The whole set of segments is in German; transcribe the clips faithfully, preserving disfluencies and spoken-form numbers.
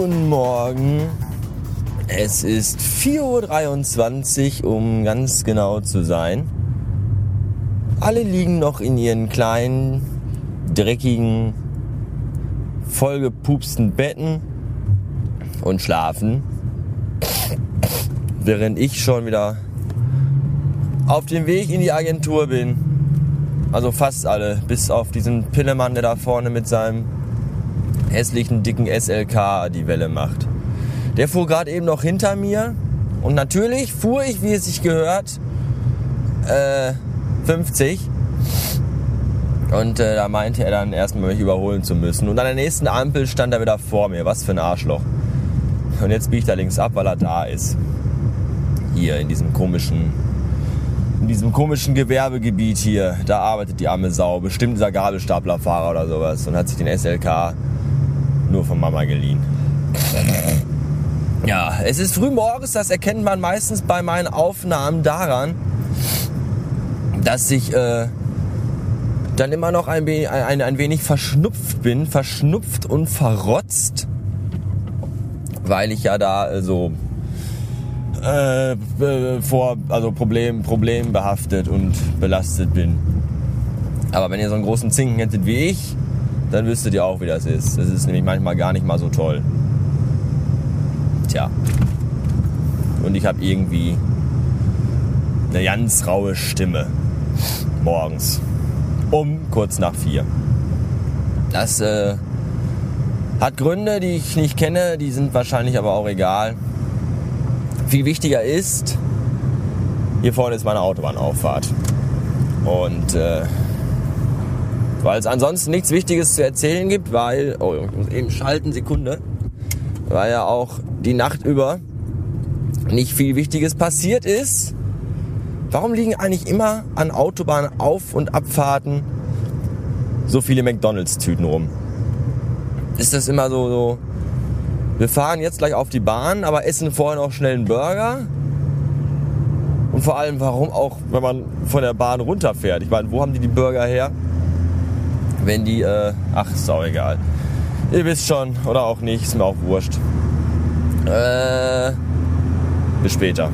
Guten Morgen. Es ist vier Uhr dreiundzwanzig, um ganz genau zu sein. Alle liegen noch in ihren kleinen, dreckigen, vollgepupsten Betten und schlafen, während ich schon wieder auf dem Weg in die Agentur bin. Also fast alle, bis auf diesen Pillemann, der da vorne mit seinem hässlichen, dicken S L K die Welle macht. Der fuhr gerade eben noch hinter mir und natürlich fuhr ich, wie es sich gehört, äh, fünfzig. Und äh, da meinte er dann erstmal, mich überholen zu müssen. Und an der nächsten Ampel stand er wieder vor mir. Was für ein Arschloch. Und jetzt biegt er links ab, weil er da ist. Hier in diesem komischen, in diesem komischen Gewerbegebiet hier. Da arbeitet die arme Sau. Bestimmt dieser Gabelstaplerfahrer oder sowas. Und hat sich den S L K nur von Mama geliehen. Ja, es ist früh morgens. Das erkennt man meistens bei meinen Aufnahmen daran, dass ich äh, dann immer noch ein, ein, ein wenig verschnupft bin. Verschnupft und verrotzt. Weil ich ja da äh, so äh, vor, also Problem, problembehaftet und belastet bin. Aber wenn ihr so einen großen Zinken hättet wie ich, dann wüsstet ihr auch, wie das ist. Das ist nämlich manchmal gar nicht mal so toll. Tja. Und ich habe irgendwie eine ganz raue Stimme. Morgens. Um kurz nach vier. Das äh, hat Gründe, die ich nicht kenne, die sind wahrscheinlich aber auch egal. Viel wichtiger ist, hier vorne ist meine Autobahnauffahrt. Und äh, weil es ansonsten nichts Wichtiges zu erzählen gibt, weil, oh, ich muss eben schalten, Sekunde, weil ja auch die Nacht über nicht viel Wichtiges passiert ist. Warum liegen eigentlich immer an Autobahnauf- und Abfahrten so viele McDonalds-Tüten rum? Ist das immer so, so, wir fahren jetzt gleich auf die Bahn, aber essen vorher noch schnell einen Burger? Und vor allem, warum auch, wenn man von der Bahn runterfährt? Ich meine, wo haben die die Burger her? Wenn die, äh, ach, ist auch egal. Ihr wisst schon, oder auch nicht, ist mir auch wurscht. Äh, bis später.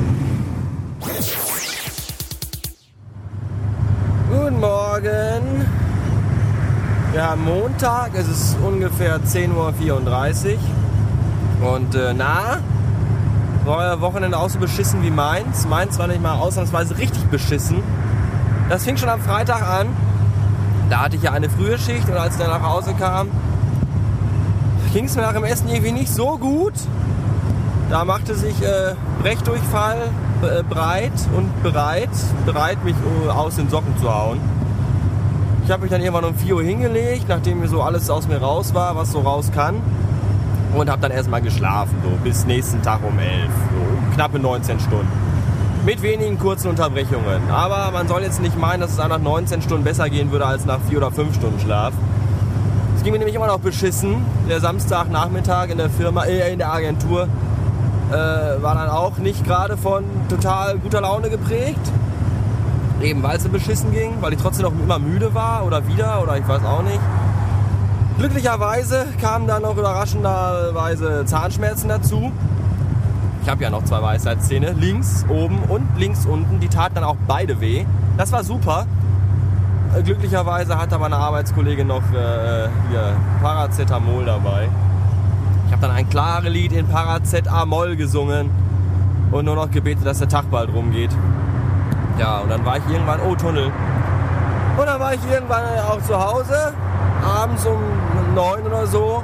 Guten Morgen. Wir haben Montag, es ist ungefähr zehn Uhr vierunddreißig. Und äh, na, war euer Wochenende auch so beschissen wie meins? Meins war nicht mal ausnahmsweise richtig beschissen. Das fing schon am Freitag an. Da hatte ich ja eine frühe Schicht und als ich dann nach Hause kam, ging es mir nach dem Essen irgendwie nicht so gut. Da machte sich äh, Brechdurchfall äh, breit und bereit, bereit mich äh, aus den Socken zu hauen. Ich habe mich dann irgendwann um vier Uhr hingelegt, nachdem mir so alles aus mir raus war, was so raus kann. Und habe dann erstmal geschlafen, so bis nächsten Tag um elf, so knappe neunzehn Stunden. Mit wenigen kurzen Unterbrechungen. Aber man soll jetzt nicht meinen, dass es nach neunzehn Stunden besser gehen würde als nach vier oder fünf Stunden Schlaf. Es ging mir nämlich immer noch beschissen. Der Samstagnachmittag in der Firma, äh, in der Agentur äh, war dann auch nicht gerade von total guter Laune geprägt. Eben weil es so beschissen ging, weil ich trotzdem noch immer müde war oder wieder oder ich weiß auch nicht. Glücklicherweise kamen dann noch überraschenderweise Zahnschmerzen dazu. Ich habe ja noch zwei Weisheitszähne, links oben und links unten. Die taten dann auch beide weh. Das war super. Glücklicherweise hatte meine Arbeitskollegin noch äh, hier Paracetamol dabei. Ich habe dann ein klares Lied in Paracetamol gesungen und nur noch gebetet, dass der Tag bald rumgeht. Ja, und dann war ich irgendwann, oh Tunnel. Und dann war ich irgendwann auch zu Hause, abends um neun oder so.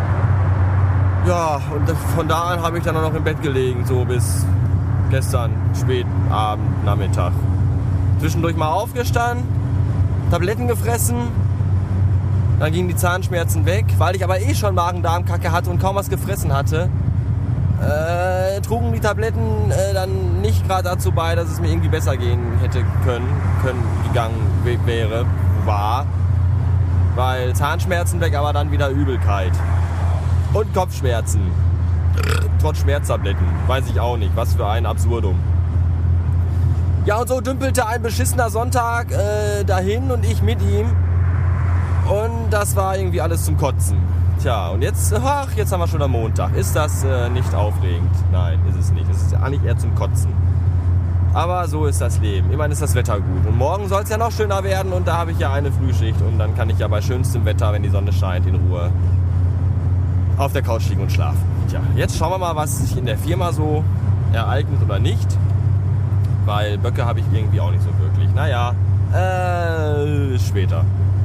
Ja, und von da an habe ich dann auch noch im Bett gelegen, so bis gestern spät Abend, Nachmittag. Zwischendurch mal aufgestanden, Tabletten gefressen, dann gingen die Zahnschmerzen weg, weil ich aber eh schon Magen-Darm-Kacke hatte und kaum was gefressen hatte. Äh, trugen die Tabletten äh, dann nicht gerade dazu bei, dass es mir irgendwie besser gehen hätte können, können gegangen wäre, war. Weil Zahnschmerzen weg, aber dann wieder Übelkeit. Und Kopfschmerzen. Trotz Schmerztabletten. Weiß ich auch nicht. Was für ein Absurdum. Ja, und so dümpelte ein beschissener Sonntag äh, dahin und ich mit ihm. Und das war irgendwie alles zum Kotzen. Tja, und jetzt, ach, jetzt haben wir schon am Montag. Ist das äh, nicht aufregend? Nein, ist es nicht. Es ist eigentlich eher zum Kotzen. Aber so ist das Leben. Immerhin ist das Wetter gut. Und morgen soll es ja noch schöner werden und da habe ich ja eine Frühschicht. Und dann kann ich ja bei schönstem Wetter, wenn die Sonne scheint, in Ruhe auf der Couch liegen und schlafen. Tja, jetzt schauen wir mal, was sich in der Firma so ereignet oder nicht. Weil Böcke habe ich irgendwie auch nicht so wirklich. Naja, äh, später.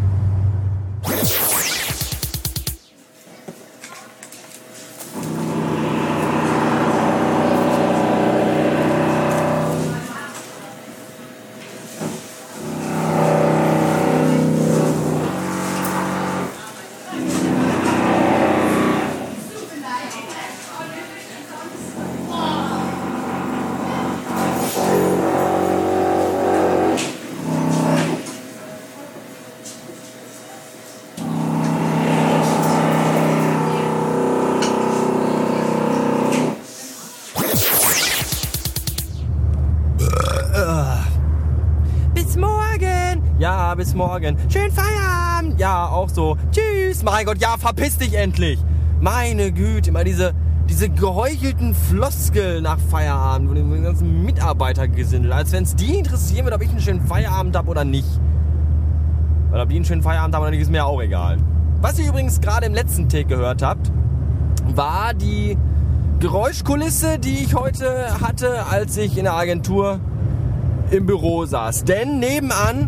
Ja, bis morgen. Schönen Feierabend. Ja, auch so. Tschüss. Mein Gott, ja, verpiss dich endlich. Meine Güte, immer diese, diese geheuchelten Floskeln nach Feierabend von den ganzen Mitarbeitergesindel. Als wenn es die interessieren würde, ob ich einen schönen Feierabend habe oder nicht. Weil ob die einen schönen Feierabend haben oder nicht, ist mir auch egal. Was ihr übrigens gerade im letzten Take gehört habt, war die Geräuschkulisse, die ich heute hatte, als ich in der Agentur im Büro saß. Denn nebenan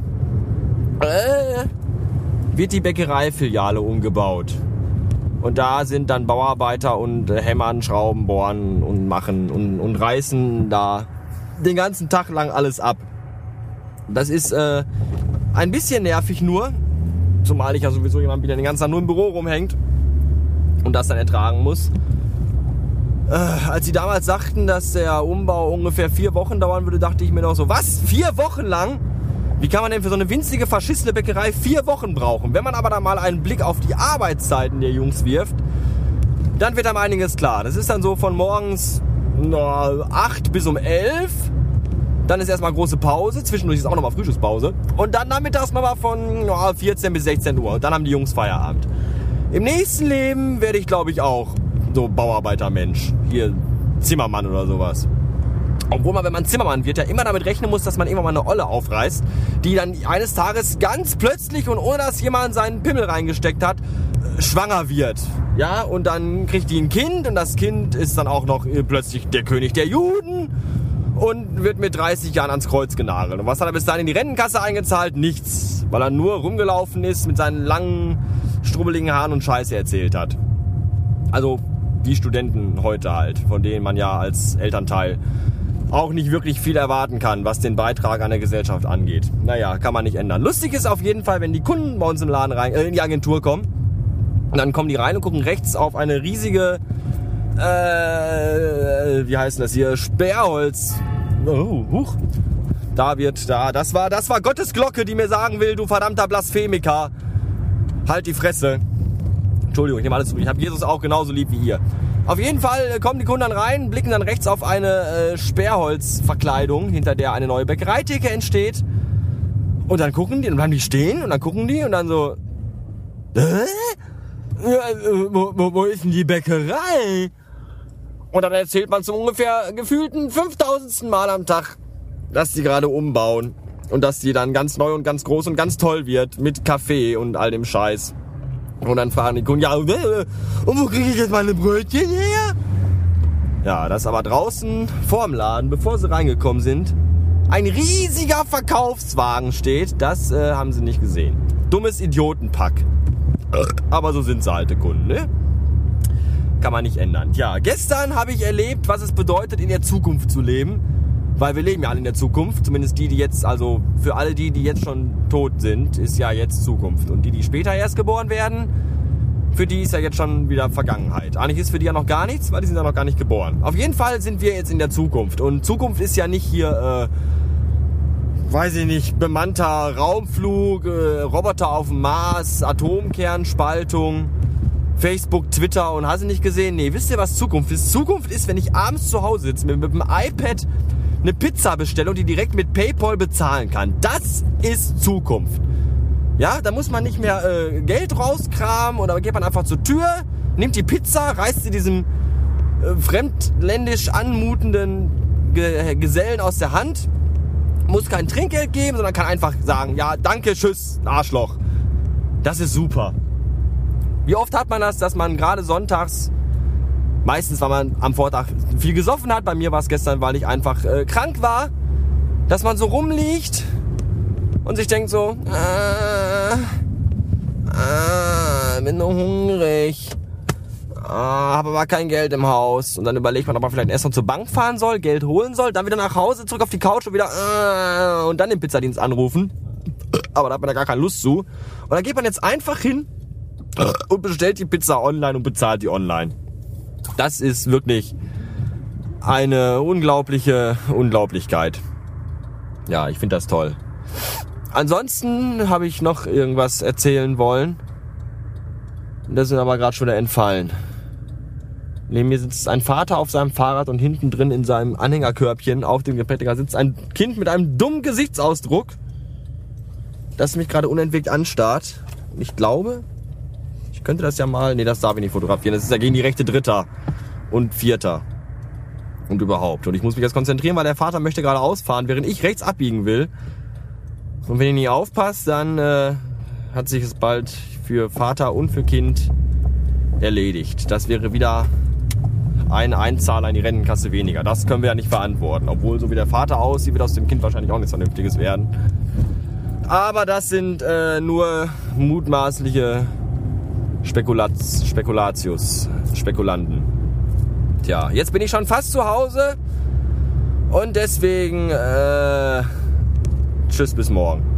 äh, wird die Bäckereifiliale umgebaut. Und da sind dann Bauarbeiter und äh, hämmern, schrauben, bohren und machen und, und reißen da den ganzen Tag lang alles ab. Das ist äh, ein bisschen nervig nur, zumal ich ja sowieso jemand bin, der den ganzen Tag nur im Büro rumhängt und das dann ertragen muss. Äh, als sie damals sagten, dass der Umbau ungefähr vier Wochen dauern würde, dachte ich mir noch so, was? Vier Wochen lang? Wie kann man denn für so eine winzige faschistische Bäckerei vier Wochen brauchen? Wenn man aber da mal einen Blick auf die Arbeitszeiten der Jungs wirft, dann wird einem einiges klar. Das ist dann so von morgens no, acht bis um elf. Dann ist erstmal große Pause. Zwischendurch ist auch nochmal Frühstückspause. Und dann nachmittags nochmal von no, vierzehn bis sechzehn Uhr. Und dann haben die Jungs Feierabend. Im nächsten Leben werde ich, glaube ich, auch so Bauarbeitermensch. Hier Zimmermann oder sowas. Obwohl man, wenn man Zimmermann wird, ja immer damit rechnen muss, dass man irgendwann mal eine Olle aufreißt, die dann eines Tages ganz plötzlich und ohne dass jemand seinen Pimmel reingesteckt hat, schwanger wird. Ja, und dann kriegt die ein Kind und das Kind ist dann auch noch plötzlich der König der Juden und wird mit dreißig Jahren ans Kreuz genagelt. Und was hat er bis dahin in die Rentenkasse eingezahlt? Nichts. Weil er nur rumgelaufen ist, mit seinen langen, strubbeligen Haaren und Scheiße erzählt hat. Also die Studenten heute halt, von denen man ja als Elternteil auch nicht wirklich viel erwarten kann, was den Beitrag an der Gesellschaft angeht. Naja, kann man nicht ändern. Lustig ist auf jeden Fall, wenn die Kunden bei uns im Laden rein, äh, in die Agentur kommen, und dann kommen die rein und gucken rechts auf eine riesige, äh, wie heißt das hier, Sperrholz. Oh, huch. Da wird, da, das war, das war Gottes Glocke, die mir sagen will, du verdammter Blasphemiker. Halt die Fresse. Entschuldigung, ich nehme alles zurück. Ich habe Jesus auch genauso lieb wie ihr. Auf jeden Fall kommen die Kunden dann rein, blicken dann rechts auf eine äh, Sperrholzverkleidung, hinter der eine neue Bäckereitheke entsteht. Und dann gucken die, und dann bleiben die stehen und dann gucken die und dann so, äh? Ja, wo, wo, wo ist denn die Bäckerei? Und dann erzählt man zum ungefähr gefühlten fünftausendsten Mal am Tag, dass die gerade umbauen und dass die dann ganz neu und ganz groß und ganz toll wird mit Kaffee und all dem Scheiß. Und dann fragen die Kunden, ja, und wo kriege ich jetzt meine Brötchen her? Ja, das aber draußen vorm Laden, bevor sie reingekommen sind, ein riesiger Verkaufswagen steht. Das äh, haben sie nicht gesehen. Dummes Idiotenpack. Aber so sind sie alte Kunden, ne? Kann man nicht ändern. Ja, gestern habe ich erlebt, was es bedeutet, in der Zukunft zu leben. Weil wir leben ja alle in der Zukunft, zumindest die, die jetzt, also für alle die, die jetzt schon tot sind, ist ja jetzt Zukunft. Und die, die später erst geboren werden, für die ist ja jetzt schon wieder Vergangenheit. Eigentlich ist für die ja noch gar nichts, weil die sind ja noch gar nicht geboren. Auf jeden Fall sind wir jetzt in der Zukunft. Und Zukunft ist ja nicht hier, äh, weiß ich nicht, bemannter Raumflug, äh, Roboter auf dem Mars, Atomkernspaltung, Facebook, Twitter und hast du nicht gesehen? Nee, wisst ihr, was Zukunft ist? Zukunft ist, wenn ich abends zu Hause sitze mit, mit dem iPad eine Pizza bestelle und die direkt mit PayPal bezahlen kann. Das ist Zukunft. Ja, da muss man nicht mehr äh, Geld rauskramen oder geht man einfach zur Tür, nimmt die Pizza, reißt sie diesem äh, fremdländisch anmutenden Ge- Gesellen aus der Hand, muss kein Trinkgeld geben, sondern kann einfach sagen, ja, danke, tschüss, Arschloch. Das ist super. Wie oft hat man das, dass man gerade sonntags, meistens, weil man am Vortag viel gesoffen hat, bei mir war es gestern, weil ich einfach äh, krank war, dass man so rumliegt und sich denkt so, äh, äh, bin nur hungrig, äh, habe aber kein Geld im Haus. Und dann überlegt man, ob man vielleicht erst noch zur Bank fahren soll, Geld holen soll, dann wieder nach Hause, zurück auf die Couch und wieder, äh, und dann den Pizzadienst anrufen. Aber da hat man ja gar keine Lust zu. Und dann geht man jetzt einfach hin und bestellt die Pizza online und bezahlt die online. Das ist wirklich eine unglaubliche Unglaublichkeit. Ja, ich finde das toll. Ansonsten habe ich noch irgendwas erzählen wollen. Das ist aber gerade schon wieder entfallen. Neben mir sitzt ein Vater auf seinem Fahrrad und hinten drin in seinem Anhängerkörbchen auf dem Gepäckträger sitzt ein Kind mit einem dummen Gesichtsausdruck, das mich gerade unentwegt anstarrt. Und ich glaube, ich könnte das ja mal... Nee, das darf ich nicht fotografieren. Das ist ja gegen die Rechte Dritter und Vierter. Und überhaupt. Und ich muss mich jetzt konzentrieren, weil der Vater möchte gerade ausfahren, während ich rechts abbiegen will. Und wenn ich nicht aufpasse, dann äh, hat sich es bald für Vater und für Kind erledigt. Das wäre wieder ein Einzahler in die Rentenkasse weniger. Das können wir ja nicht verantworten. Obwohl, so wie der Vater aussieht, wird aus dem Kind wahrscheinlich auch nichts Vernünftiges werden. Aber das sind äh, nur mutmaßliche Spekulats, Spekulatius, Spekulanten. Tja, jetzt bin ich schon fast zu Hause und deswegen äh, tschüss bis morgen.